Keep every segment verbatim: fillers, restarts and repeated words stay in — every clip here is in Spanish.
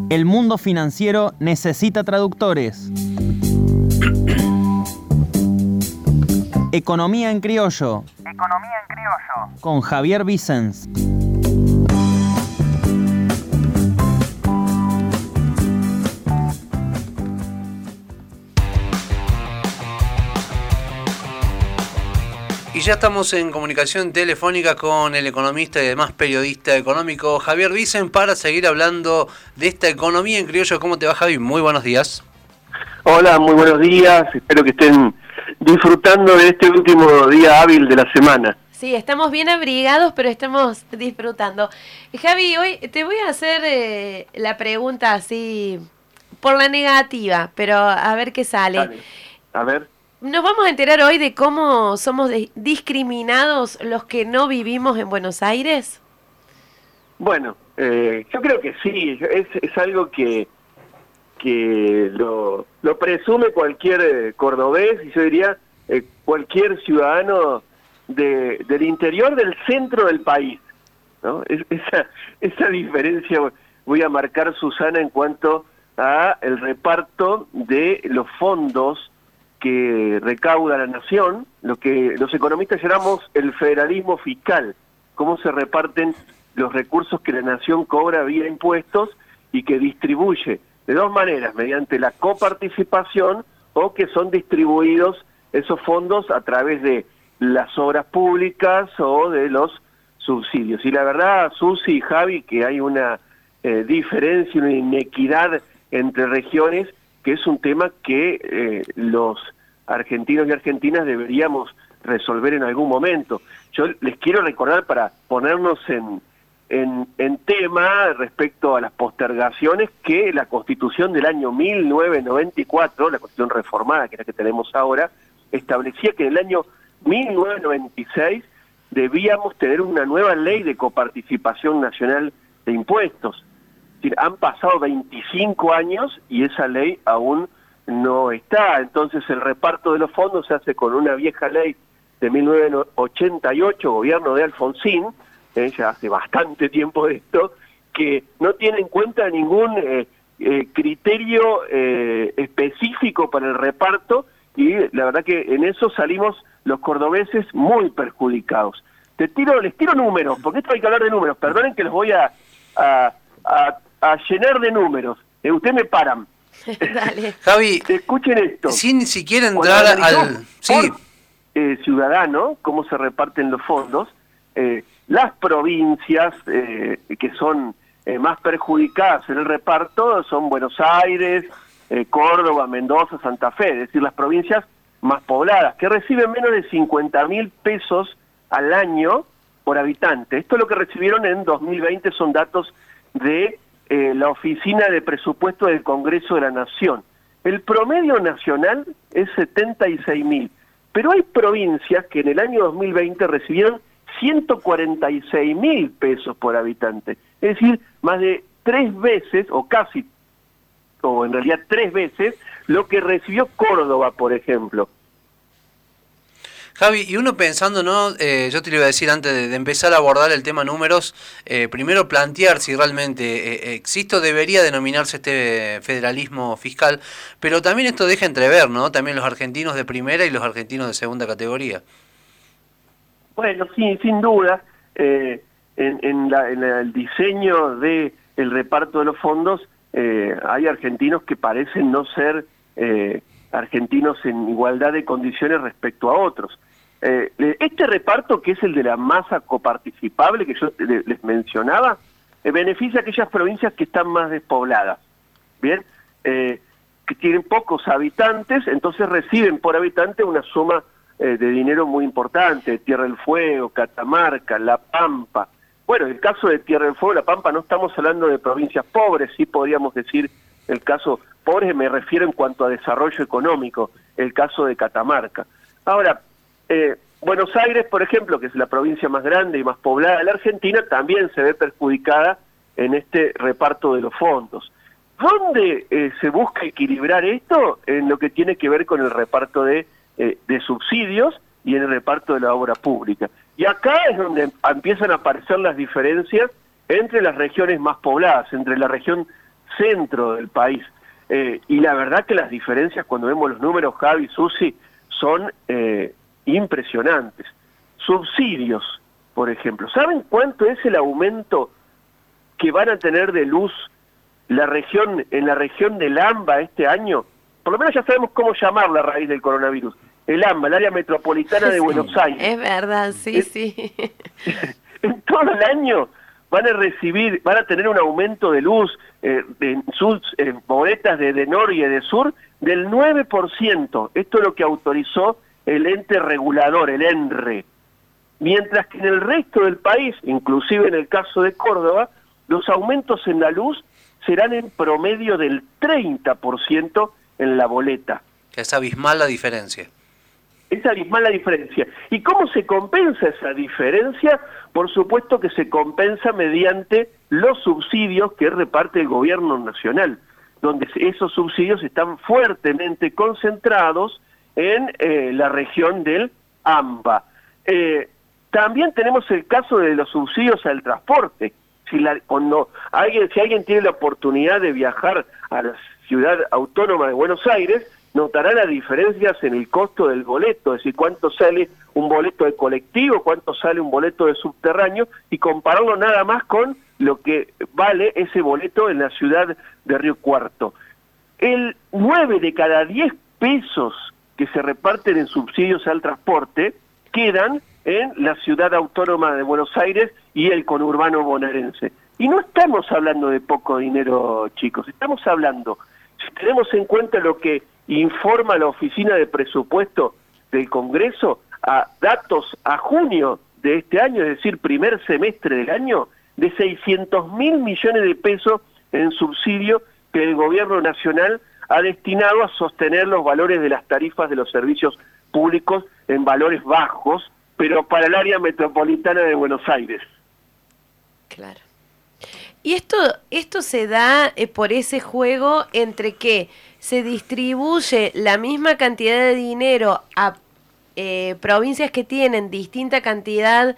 El mundo financiero necesita traductores. Economía en criollo. Economía en criollo. Con Javier Vicens. Y ya estamos en comunicación telefónica con el economista y además periodista económico Javier Vicens para seguir hablando de esta economía en criollo. ¿Cómo te va, Javi? Muy buenos días. Hola, muy buenos días. Espero que estén disfrutando de este último día hábil de la semana. Sí, estamos bien abrigados, pero estamos disfrutando. Javi, hoy te voy a hacer eh, la pregunta así por la negativa, pero a ver qué sale. Dale. A ver. Nos vamos a enterar hoy de cómo somos de- discriminados los que no vivimos en Buenos Aires. Bueno, eh, yo creo que sí. Es, es algo que, que lo, lo presume cualquier eh, cordobés y yo diría eh, cualquier ciudadano de, del interior del centro del país, ¿no? Es, esa, esa diferencia voy a marcar, Susana, en cuanto a el reparto de los fondos que recauda la nación, lo que los economistas llamamos el federalismo fiscal, cómo se reparten los recursos que la nación cobra vía impuestos y que distribuye de dos maneras, mediante la coparticipación o que son distribuidos esos fondos a través de las obras públicas o de los subsidios. Y la verdad, Susi y Javi, que hay una eh, diferencia, una inequidad entre regiones, que es un tema que eh, los argentinos y argentinas deberíamos resolver en algún momento. Yo les quiero recordar, para ponernos en, en, en tema respecto a las postergaciones, que la Constitución del año mil novecientos noventa y cuatro, la Constitución reformada, que es la que tenemos ahora, establecía que en el año mil novecientos noventa y seis debíamos tener una nueva ley de coparticipación nacional de impuestos. Es decir, han pasado veinticinco años y esa ley aún no está. Entonces el reparto de los fondos se hace con una vieja ley de mil novecientos ochenta y ocho, gobierno de Alfonsín, eh, ya hace bastante tiempo de esto, que no tiene en cuenta ningún eh, eh, criterio eh, específico para el reparto, y la verdad que en eso salimos los cordobeses muy perjudicados. Te tiro, les tiro números, porque esto hay que hablar de números, perdonen que los voy a... a A, a llenar de números. Eh, ustedes me paran. Dale. Javi, Escuchen esto. sin siquiera entrar Cuando al... analizó Sí, por, eh, ciudadano, cómo se reparten los fondos, eh, las provincias eh, que son eh, más perjudicadas en el reparto son Buenos Aires, eh, Córdoba, Mendoza, Santa Fe, es decir, las provincias más pobladas, que reciben menos de cincuenta mil pesos al año por habitante. Esto es lo que recibieron en dos mil veinte, son datos de eh, la Oficina de Presupuesto del Congreso de la Nación. El promedio nacional es setenta y seis mil, pero hay provincias que en el año dos mil veinte recibieron ciento cuarenta y seis mil pesos por habitante, es decir, más de tres veces, o casi, o en realidad tres veces, lo que recibió Córdoba, por ejemplo. Javi, y uno pensando, ¿no? Eh, yo te lo iba a decir antes de, de empezar a abordar el tema números, eh, primero plantear si realmente eh, existe o debería denominarse este federalismo fiscal, pero también esto deja entrever, ¿no? También los argentinos de primera y los argentinos de segunda categoría. Bueno, sí, sin duda, eh, en, en, la, en el diseño de el reparto de los fondos eh, hay argentinos que parecen no ser eh, argentinos en igualdad de condiciones respecto a otros. Eh, este reparto, que es el de la masa coparticipable que yo les mencionaba, eh, beneficia a aquellas provincias que están más despobladas, bien, eh, que tienen pocos habitantes, entonces reciben por habitante una suma eh, de dinero muy importante. Tierra del Fuego, Catamarca, La Pampa. Bueno, en el caso de Tierra del Fuego, La Pampa, no estamos hablando de provincias pobres, sí podríamos decir el caso pobres, me refiero en cuanto a desarrollo económico, el caso de Catamarca. Ahora, Eh, Buenos Aires, por ejemplo, que es la provincia más grande y más poblada de la Argentina, también se ve perjudicada en este reparto de los fondos. ¿Dónde eh, se busca equilibrar esto? En lo que tiene que ver con el reparto de, eh, de subsidios y en el reparto de la obra pública. Y acá es donde empiezan a aparecer las diferencias entre las regiones más pobladas, entre la región centro del país. Eh, y la verdad que las diferencias cuando vemos los números, Javi, Susi, son eh, impresionantes. Subsidios, por ejemplo. ¿Saben cuánto es el aumento que van a tener de luz la región en la región del AMBA este año? Por lo menos ya sabemos cómo llamarla a raíz del coronavirus. El AMBA, el área metropolitana de Sí, Buenos Aires. Es verdad, sí, Es- sí. En todo el año van a recibir, van a tener un aumento de luz eh, en sus eh, boletas de, de Nor y de Sur del nueve por ciento. Esto es lo que autorizó el ente regulador, el ENRE. Mientras que en el resto del país, inclusive en el caso de Córdoba, los aumentos en la luz serán en promedio del treinta por ciento en la boleta. Es abismal la diferencia. Es abismal la diferencia. ¿Y cómo se compensa esa diferencia? Por supuesto que se compensa mediante los subsidios que reparte el gobierno nacional, donde esos subsidios están fuertemente concentrados en eh, la región del AMBA. Eh, también tenemos el caso de los subsidios al transporte. Si, la, cuando alguien, si alguien tiene la oportunidad de viajar a la ciudad autónoma de Buenos Aires, notará las diferencias en el costo del boleto, es decir, cuánto sale un boleto de colectivo, cuánto sale un boleto de subterráneo, y compararlo nada más con lo que vale ese boleto en la ciudad de Río Cuarto. El nueve de cada diez pesos que se reparten en subsidios al transporte quedan en la ciudad autónoma de Buenos Aires y el conurbano bonaerense. Y no estamos hablando de poco dinero, chicos, estamos hablando, si tenemos en cuenta lo que informa la Oficina de Presupuesto del Congreso, a datos a junio de este año, es decir, primer semestre del año, de seiscientos mil millones de pesos en subsidio que el gobierno nacional ha destinado a sostener los valores de las tarifas de los servicios públicos en valores bajos, pero para el área metropolitana de Buenos Aires. Claro. Y esto, esto se da eh, por ese juego entre que se distribuye la misma cantidad de dinero a eh, provincias que tienen distinta cantidad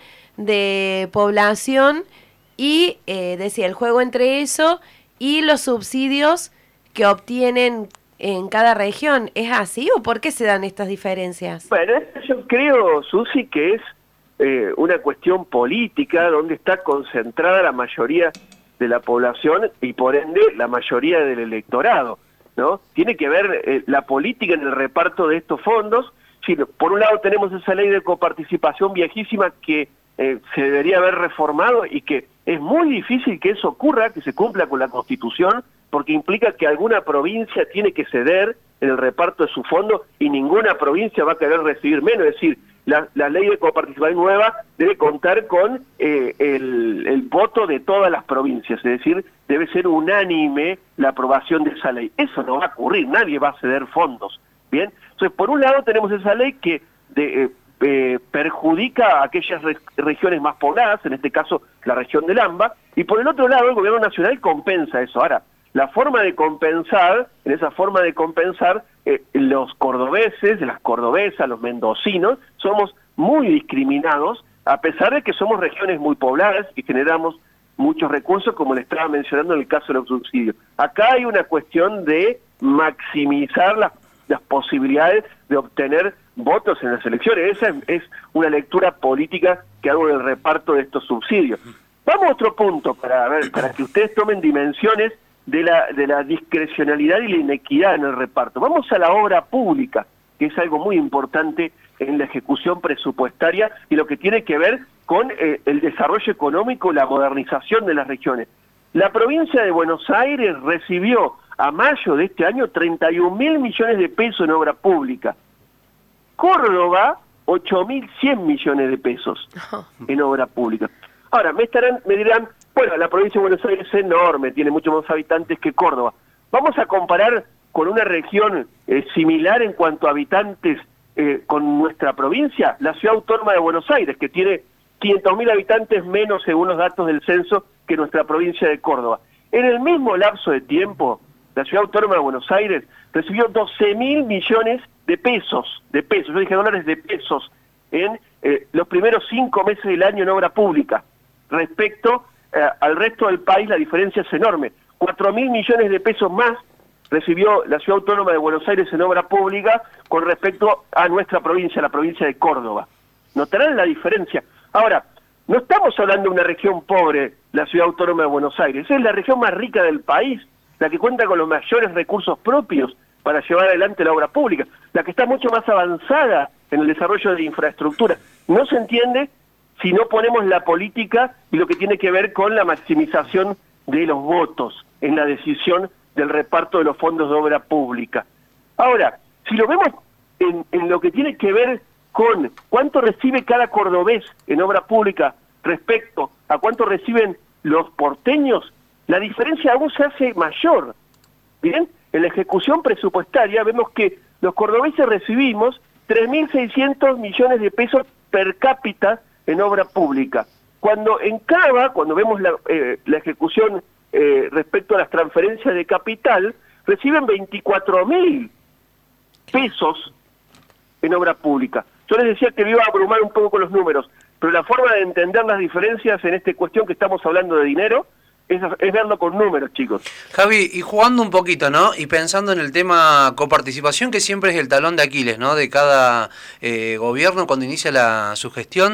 de población y, eh, decía, el juego entre eso y los subsidios que obtienen en cada región. ¿Es así o por qué se dan estas diferencias? Bueno, yo creo, Susi, que es eh, una cuestión política donde está concentrada la mayoría de la población y por ende la mayoría del electorado, ¿no? Tiene que ver eh, la política en el reparto de estos fondos. Sí, por un lado tenemos esa ley de coparticipación viejísima que eh, se debería haber reformado y que es muy difícil que eso ocurra, que se cumpla con la Constitución, porque implica que alguna provincia tiene que ceder en el reparto de su fondo y ninguna provincia va a querer recibir menos. Es decir, la, la ley de coparticipación nueva debe contar con eh, el, el voto de todas las provincias, es decir, debe ser unánime la aprobación de esa ley. Eso no va a ocurrir, nadie va a ceder fondos. Bien, entonces por un lado tenemos esa ley que de, eh, eh, perjudica a aquellas re regiones más pobladas, en este caso la región del AMBA, y por el otro lado el gobierno nacional compensa eso. Ahora, la forma de compensar, en esa forma de compensar, eh, los cordobeses, las cordobesas, los mendocinos, somos muy discriminados, a pesar de que somos regiones muy pobladas y generamos muchos recursos, como le estaba mencionando en el caso de los subsidios. Acá hay una cuestión de maximizar las, las posibilidades de obtener votos en las elecciones. Esa es, es una lectura política que hago del reparto de estos subsidios. Vamos a otro punto para ver, para que ustedes tomen dimensiones de la, de la discrecionalidad y la inequidad en el reparto. Vamos a la obra pública, que es algo muy importante en la ejecución presupuestaria y lo que tiene que ver con eh, el desarrollo económico, la modernización de las regiones. La provincia de Buenos Aires recibió a mayo de este año treinta y un mil millones de pesos en obra pública. Córdoba, ocho mil cien millones de pesos en obra pública. Ahora, me estarán, me dirán, bueno, la provincia de Buenos Aires es enorme, tiene muchos más habitantes que Córdoba. Vamos a comparar con una región eh, similar en cuanto a habitantes eh, con nuestra provincia, la ciudad autónoma de Buenos Aires, que tiene quinientos mil habitantes menos según los datos del censo que nuestra provincia de Córdoba. En el mismo lapso de tiempo, la ciudad autónoma de Buenos Aires recibió doce mil millones de pesos, de pesos, yo dije dólares, de pesos, en eh, los primeros cinco meses del año en obra pública. Respecto eh, al resto del país, la diferencia es enorme. cuatro mil millones de pesos más recibió la Ciudad Autónoma de Buenos Aires en obra pública con respecto a nuestra provincia, la provincia de Córdoba. ¿Notarán la diferencia? Ahora, no estamos hablando de una región pobre, la Ciudad Autónoma de Buenos Aires, es la región más rica del país, la que cuenta con los mayores recursos propios para llevar adelante la obra pública, la que está mucho más avanzada en el desarrollo de infraestructura. No se entiende si no ponemos la política y lo que tiene que ver con la maximización de los votos en la decisión del reparto de los fondos de obra pública. Ahora, si lo vemos en, en lo que tiene que ver con cuánto recibe cada cordobés en obra pública respecto a cuánto reciben los porteños, la diferencia aún se hace mayor. Bien, en la ejecución presupuestaria vemos que los cordobeses recibimos tres mil seiscientos millones de pesos per cápita en obra pública. Cuando en Cava, cuando vemos la, eh, la ejecución eh, respecto a las transferencias de capital, reciben veinticuatro mil pesos en obra pública. Yo les decía que me iba a abrumar un poco con los números, pero la forma de entender las diferencias en esta cuestión que estamos hablando de dinero es, es verlo con números, chicos. Javi, y jugando un poquito, ¿no? Y pensando en el tema coparticipación, que siempre es el talón de Aquiles, ¿no? De cada eh, gobierno cuando inicia la, su gestión.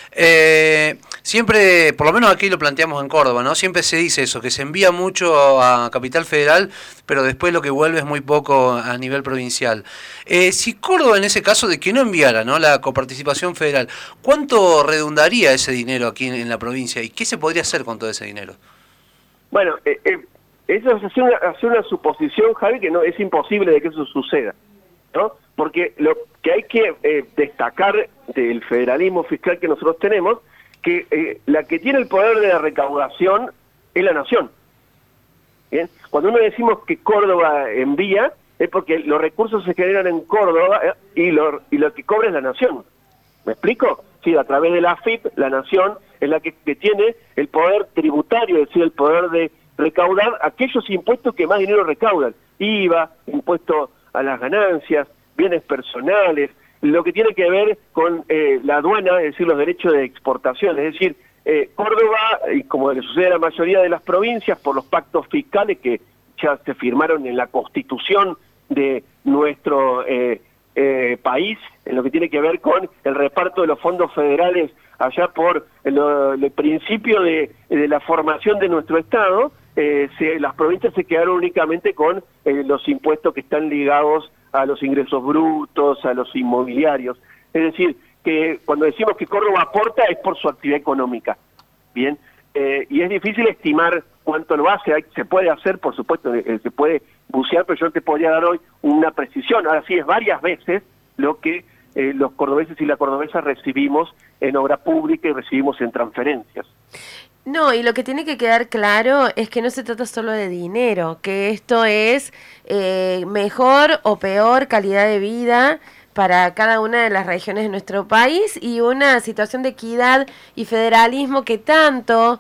Eh, siempre, por lo menos aquí lo planteamos en Córdoba, ¿no? Siempre se dice eso, que se envía mucho a Capital Federal, pero después lo que vuelve es muy poco a nivel provincial. Eh, si Córdoba, en ese caso de que no enviara, ¿no?, la coparticipación federal, ¿cuánto redundaría ese dinero aquí en, en la provincia? ¿Y qué se podría hacer con todo ese dinero? Bueno, eh, eh, eso es hacer una, hacer una suposición, Javi, que no es imposible de que eso suceda, ¿no? Porque lo que hay que eh, destacar del federalismo fiscal que nosotros tenemos, que eh, la que tiene el poder de la recaudación es la nación. ¿Bien? Cuando uno decimos que Córdoba envía, es porque los recursos se generan en Córdoba eh, y, lo, y lo que cobra es la nación. ¿Me explico? Sí, a través de la A F I P, la nación es la que, que tiene el poder tributario, es decir, el poder de recaudar aquellos impuestos que más dinero recaudan. I V A, impuesto a las ganancias, bienes personales, lo que tiene que ver con eh, la aduana, es decir, los derechos de exportación. Es decir, eh, Córdoba, y como le sucede a la mayoría de las provincias, por los pactos fiscales que ya se firmaron en la Constitución de nuestro eh, eh, país, en lo que tiene que ver con el reparto de los fondos federales allá por el, el principio de, de la formación de nuestro Estado, eh, se, las provincias se quedaron únicamente con eh, los impuestos que están ligados a los ingresos brutos, a los inmobiliarios. Es decir, que cuando decimos que Córdoba aporta es por su actividad económica, ¿bien? Eh, y es difícil estimar cuánto lo hace, hay, se puede hacer, por supuesto, eh, se puede bucear, pero yo te podría dar hoy una precisión. Ahora sí, es varias veces lo que eh, los cordobeses y la cordobesa recibimos en obra pública y recibimos en transferencias. No, y lo que tiene que quedar claro es que no se trata solo de dinero, que esto es eh, mejor o peor calidad de vida para cada una de las regiones de nuestro país y una situación de equidad y federalismo que tanto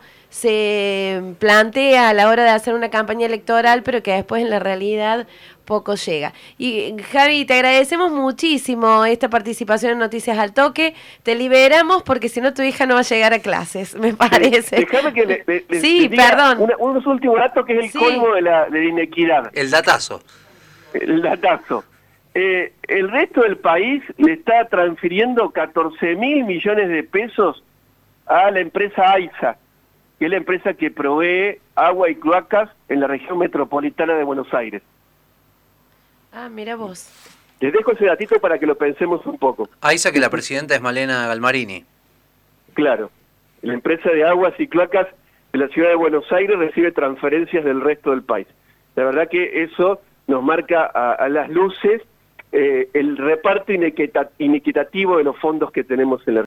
se plantea a la hora de hacer una campaña electoral, pero que después en la realidad poco llega. Y Javi, te agradecemos muchísimo esta participación en Noticias al Toque. Te liberamos porque si no tu hija no va a llegar a clases, me parece. Déjame que le, le, sí, le diga perdón. Una, unos últimos datos que es el Sí. colmo de la, de la inequidad. El datazo. El datazo. Eh, el resto del país le está transfiriendo catorce mil millones de pesos a la empresa AISA, que es la empresa que provee agua y cloacas en la región metropolitana de Buenos Aires. Ah, mira vos. Les dejo ese datito para que lo pensemos un poco. AISA, que la presidenta es Malena Galmarini. Claro, la empresa de aguas y cloacas de la ciudad de Buenos Aires recibe transferencias del resto del país. La verdad que eso nos marca a, a las luces eh, el reparto inequita- inequitativo de los fondos que tenemos en la